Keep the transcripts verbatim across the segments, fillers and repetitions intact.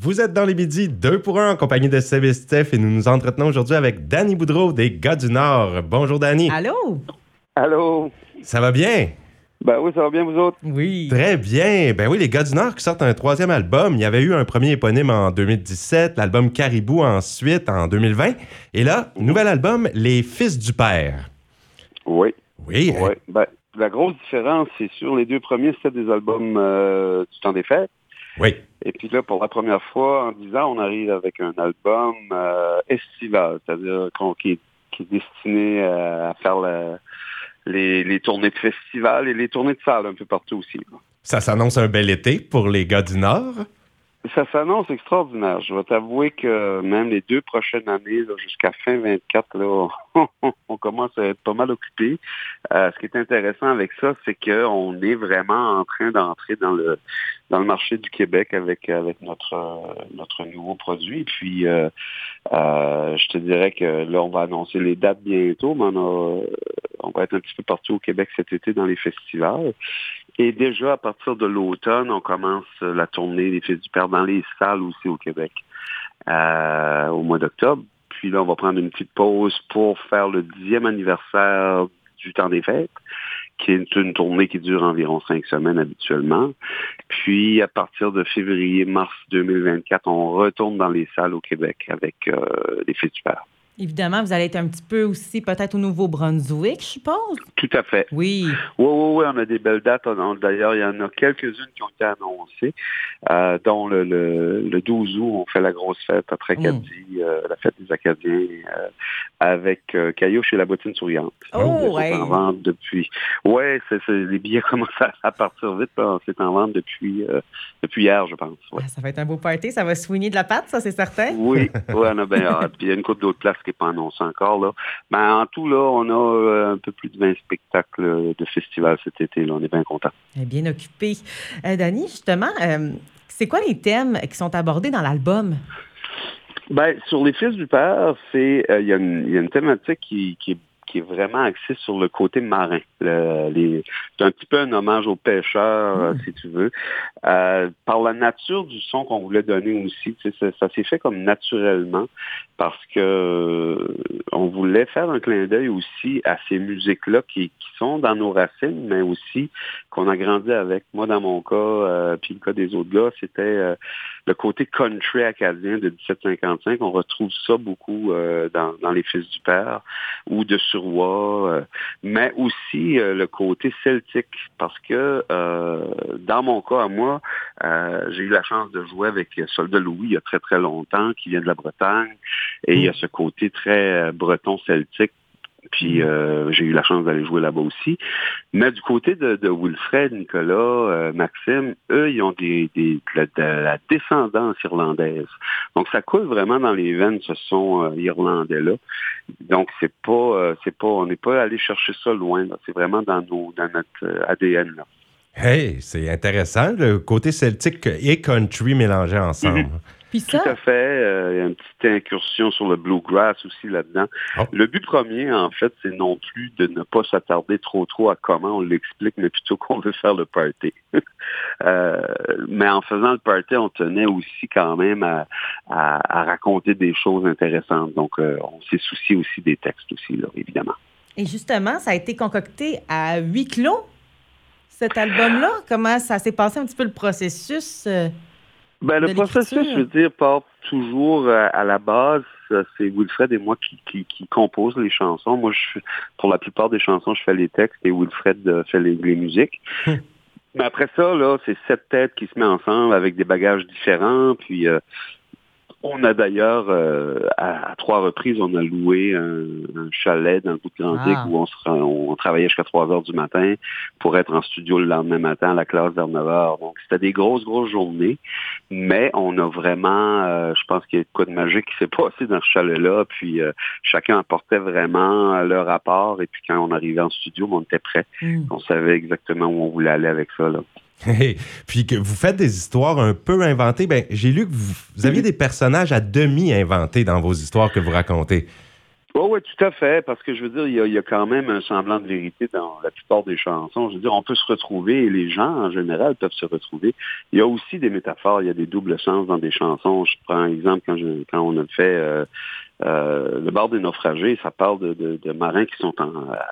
Vous êtes dans les midis, deux pour un en compagnie de Seb et Steph et nous nous entretenons aujourd'hui avec Danny Boudreau des Gars du Nord. Bonjour Danny. Allô? Allô? Ça va bien? Ben oui, ça va bien vous autres? Oui. Très bien. Ben oui, les Gars du Nord qui sortent un troisième album. Il y avait eu un premier éponyme en deux mille dix-sept, l'album Caribou ensuite en deux mille vingt. Et là, nouvel album, Les Fils du Père. Oui. Oui. Oui. Ben, la grosse différence, c'est sur les deux premiers, c'était des albums euh, du temps des fêtes. Oui. Et puis là, pour la première fois, en dix ans, on arrive avec un album euh, estival, c'est-à-dire qu'on, qui, est, qui est destiné euh, à faire la, les, les tournées de festivals et les tournées de salles un peu partout aussi. Là. Ça s'annonce un bel été pour les Gars du Nord. Ça s'annonce extraordinaire. Je vais t'avouer que même les deux prochaines années, là, jusqu'à fin vingt-quatre, là, on commence à être pas mal occupé. Euh, ce qui est intéressant avec ça, c'est qu'on est vraiment en train d'entrer dans le dans le marché du Québec avec avec notre euh, notre nouveau produit. Puis euh, euh, je te dirais que là, on va annoncer les dates bientôt, mais on, a, on va être un petit peu partout au Québec cet été dans les festivals. Et déjà, à partir de l'automne, on commence la tournée des Fils du Père dans les salles aussi au Québec, euh, au mois d'octobre. Puis là, on va prendre une petite pause pour faire le dixième anniversaire du Temps des Fêtes, qui est une tournée qui dure environ cinq semaines habituellement. Puis, à partir de février-mars deux mille vingt-quatre, on retourne dans les salles au Québec avec euh, les Fils du Père. Évidemment, vous allez être un petit peu aussi peut-être au Nouveau-Brunswick, je suppose? Tout à fait. Oui. Oui, oui, oui, on a des belles dates. D'ailleurs, il y en a quelques-unes qui ont été annoncées, euh, dont le, le, le douze août, on fait la grosse fête à Tracadie, mmh. euh, la fête des Acadiens, euh, avec euh, Caillou chez la bottine souriante. Oh, ouais. C'est en vente depuis... Oui, c'est, c'est, les billets commencent à, à partir vite. Là. C'est en vente depuis, euh, depuis hier, je pense. Ouais. Ah, ça va être un beau party. Ça va soigner de la pâte, ça, c'est certain? Oui, oui, on a bien hâte. Puis il y a une couple d'autres places qui n'est pas annoncée encore. Là. Mais en tout, là, on a euh, un peu plus de vingt spectacles de festival cet été. Là. On est bien contents. Bien occupé. Euh, Danny, justement, euh, c'est quoi les thèmes qui sont abordés dans l'album? Ben, sur les Fils du Père, c'est il euh, y, y a une thématique qui, qui est qui est vraiment axé sur le côté marin. Le, les, c'est un petit peu un hommage aux pêcheurs, mmh. si tu veux. Euh, par la nature du son qu'on voulait donner aussi, ça, ça s'est fait comme naturellement parce que euh, on voulait faire un clin d'œil aussi à ces musiques-là qui, qui sont dans nos racines, mais aussi qu'on a grandi avec. Moi, dans mon cas, euh, puis le cas des autres gars, c'était euh, le côté country acadien de dix-sept cinquante-cinq. On retrouve ça beaucoup euh, dans, dans les Fils du Père ou de Suroît, euh, mais aussi euh, le côté celtique, parce que euh, dans mon cas à moi, euh, j'ai eu la chance de jouer avec Soldat Louis il y a très très longtemps, qui vient de la Bretagne, et mmh. il y a ce côté très breton celtique. Puis euh, j'ai eu la chance d'aller jouer là-bas aussi. Mais du côté de, de Wilfred, Nicolas, euh, Maxime, eux, ils ont des, des, de, de la descendance irlandaise. Donc ça coule vraiment dans les veines, ce son euh, irlandais-là. Donc c'est pas, euh, c'est pas, on n'est pas allé chercher ça loin. Là. C'est vraiment dans nos, dans notre euh, A D N là. Hey, c'est intéressant, le côté celtique et country mélangés ensemble. Mm-hmm. Puis ça... Tout à fait. Euh, il y a une petite incursion sur le bluegrass aussi là-dedans. Oh. Le but premier, en fait, c'est non plus de ne pas s'attarder trop trop à comment on l'explique, mais plutôt qu'on veut faire le party. euh, mais en faisant le party, on tenait aussi quand même à, à, à raconter des choses intéressantes. Donc, euh, on s'est soucié aussi des textes aussi, là, évidemment. Et justement, ça a été concocté à huis clos, cet album-là? Comment ça s'est passé un petit peu le processus? Euh... Ben, le processus, je veux dire, part toujours à, à la base. C'est Wilfred et moi qui, qui, qui composent les chansons. Moi, je, pour la plupart des chansons, je fais les textes et Wilfred fait les, les musiques. Mais après ça, là, c'est sept têtes qui se mettent ensemble avec des bagages différents. Puis, euh, on a d'ailleurs, euh, à, à trois reprises, on a loué un, un chalet dans le bout de Grand-Dic ah. où on, se, on, on travaillait jusqu'à trois heures du matin pour être en studio le lendemain matin à la classe vers neuf heures. Donc, c'était des grosses, grosses journées. Mais on a vraiment, euh, je pense qu'il y a quoi de magique qui s'est passé dans ce chalet-là. Puis, euh, chacun apportait vraiment leur rapport. Et puis, quand on arrivait en studio, on était prêts. Mm. On savait exactement où on voulait aller avec ça, là. Hey, puis que vous faites des histoires un peu inventées. Ben, j'ai lu que vous, vous aviez des personnages à demi inventés dans vos histoires que vous racontez. Oh, oui, tout à fait, parce que je veux dire, il y, a, il y a quand même un semblant de vérité dans la plupart des chansons. Je veux dire, on peut se retrouver, et les gens, en général, peuvent se retrouver. Il y a aussi des métaphores, il y a des doubles sens dans des chansons. Je prends un exemple, quand, je, quand on a fait euh, euh, Le bar des naufragés, ça parle de, de, de marins qui sont en,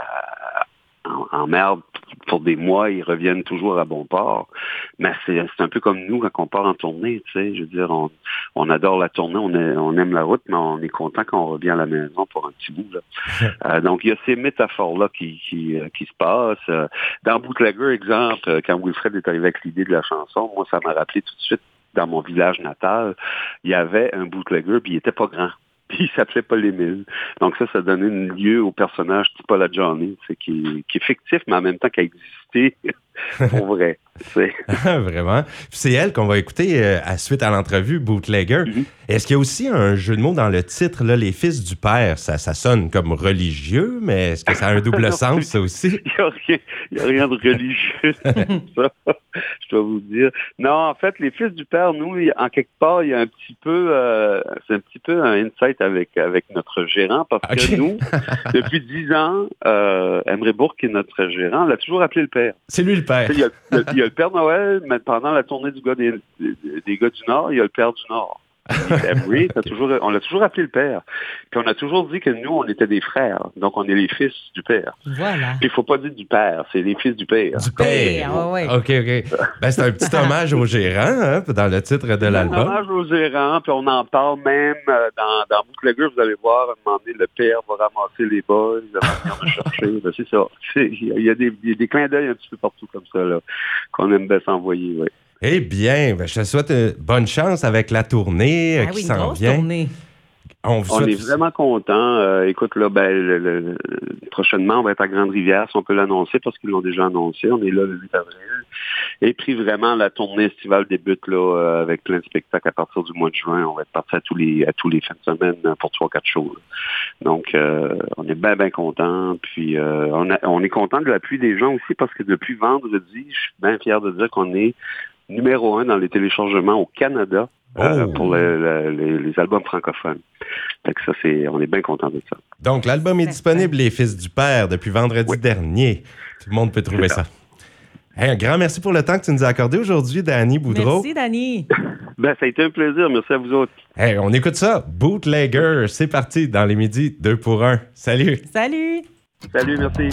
en, en mer pour des mois, ils reviennent toujours à bon port. Mais c'est, c'est un peu comme nous quand on part en tournée, tu sais. Je veux dire, on, on adore la tournée, on, est, on aime la route, mais on est content quand on revient à la maison pour un petit bout, là. euh, donc, il y a ces métaphores-là qui, qui, euh, qui se passent. Euh, dans Bootlegger, exemple, euh, quand Wilfred est arrivé avec l'idée de la chanson, moi, ça m'a rappelé tout de suite, dans mon village natal, il y avait un bootlegger, puis il était pas grand. Puis il s'appelait Paul Émile. Donc ça, ça donnait un lieu au personnage type Paul Johnny, qui, qui est fictif, mais en même temps qui a existé pour vrai. Vraiment. Puis c'est elle qu'on va écouter euh, à suite à l'entrevue, Bootlegger. Mm-hmm. Est-ce qu'il y a aussi un jeu de mots dans le titre, là, Les Fils du Père? Ça, ça sonne comme religieux, mais est-ce que ça a un double non, sens, ça aussi? Il n'y a, a rien de religieux dans ça, je dois vous dire. Non, en fait, Les Fils du Père, nous, en quelque part, il y a un petit peu, euh, c'est un petit peu un insight avec, avec notre gérant, parce okay. que nous, depuis dix ans, euh, Emery Bourque, qui est notre gérant, l'a toujours appelé le père. C'est lui le père. Il y, a, il y a le Père Noël, mais pendant la tournée du gars des, des, des gars du Nord, il y a le Père du Nord. Emery, toujours, on l'a toujours appelé le père. Puis on a toujours dit que nous, on était des frères. Donc, on est les fils du père. Voilà. Puis il faut pas dire du père, c'est les fils du père. Du père, oh, ouais. OK, OK. Ben, c'est un petit hommage au gérant, hein, dans le titre de l'album. Un hommage au gérant, puis on en parle même dans, dans Bootlegger, vous allez voir, à un moment donné, le père va ramasser les bols, il va venir me chercher. Ben, c'est ça. Il y a des, il y a des clins d'œil un petit peu partout comme ça, là, qu'on aime bien s'envoyer, oui. Eh bien, ben, je te souhaite une bonne chance avec la tournée ah euh, qui oui, s'en vient. Tournée. On, on est vraiment contents. Euh, écoute, là, ben, le, le, le, prochainement, on va être à Grande-Rivière, si on peut l'annoncer, parce qu'ils l'ont déjà annoncé. On est là le huit avril. Et puis, vraiment, la tournée estivale débute là euh, avec plein de spectacles à partir du mois de juin. On va être parti à tous les à tous les fins de semaine pour trois quatre shows. Là. Donc, euh, on est bien, bien contents. Puis, euh, on, a, on est content de l'appui des gens aussi, parce que depuis vendredi, je suis bien fier de dire qu'on est numéro un dans les téléchargements au Canada oh. euh, pour le, le, les, les albums francophones. Fait que ça, c'est, on est bien content de ça. Donc, l'album est disponible, Les Fils du Père, depuis vendredi oui. dernier. Tout le monde peut trouver ça. Hey, un grand merci pour le temps que tu nous as accordé aujourd'hui, Danny Boudreau. Merci, Danny. Ben, ça a été un plaisir. Merci à vous autres. Hey, on écoute ça. Bootlegger, c'est parti dans les midis deux pour un. Salut. Salut. Salut, merci.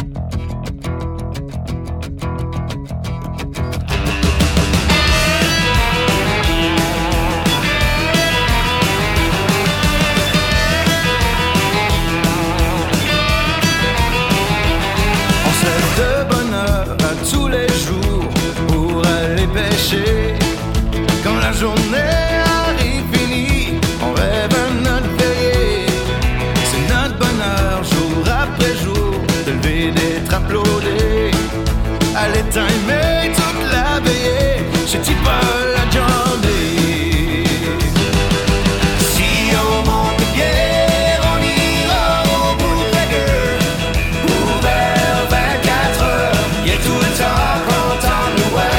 Quand la journée arrive finie, on rêve un notre veillée. C'est notre bonheur, jour après jour, de lever d'être applaudé. Aller timer toute la veillée, chez T-Paul la journée. Si on monte guerre, on ira au Bootlegger. Ouvert vingt-quatre heures, y'a tout le temps content de nous voir.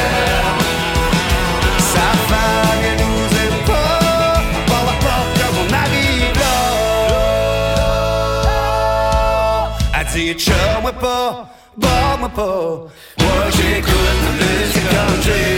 Chum-moi pas, barre-moi pas, moi j'écoute la musique country.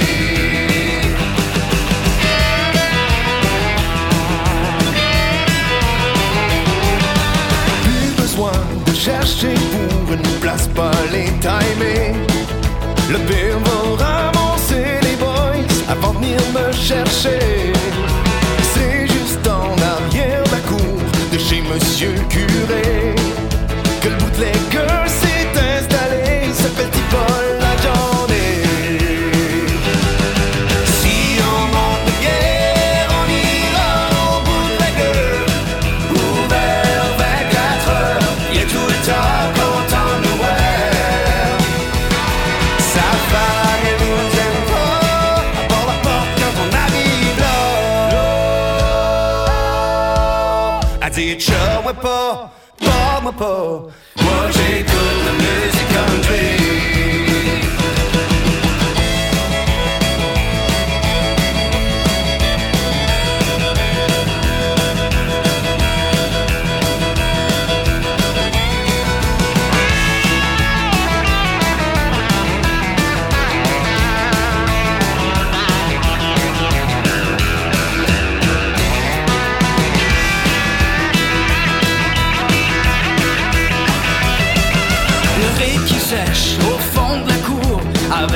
Plus besoin de chercher pour une place, pas les timer. Le pire va ramasser les boys avant de venir me chercher. C'est juste en arrière de la cour de chez Monsieur le curé que le bootlegger s'est installé, s'appelle T-Paul la journée. Si on monte de guerre, on ira au Bootlegger. Ouvert vingt-quatre heures, y'a tout le temps content de nous voir. Sa femme, elle nous aime pas, à bord la porte quand on arrive là. Elle dit, tchao-moi pas, barre-moi pas, moi j'écoute la musique country.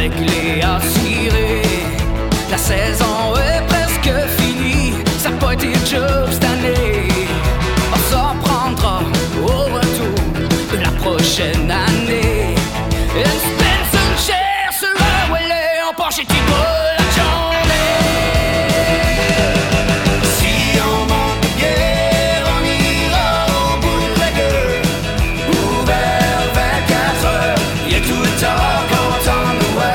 avec les assurés. La saison est presque finie, ça n'a pas été job cette année. On s'en prendra au retour de la prochaine année. Une Spencer Cher sur un Wellé, on part chez Thibault la journée. Si on monte de bière, on ira au bout de la gueule. Ouvert vingt-quatre heures, y'a tout le temps content de voir.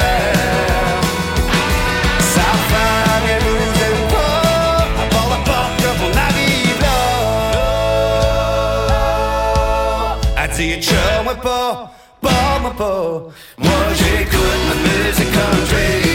Sa femme, elle nous aime pas, à part la porte quand on arrive là. Elle dit, tchao-moi pas, parle-moi pas. Moi j'écoute ma musique country.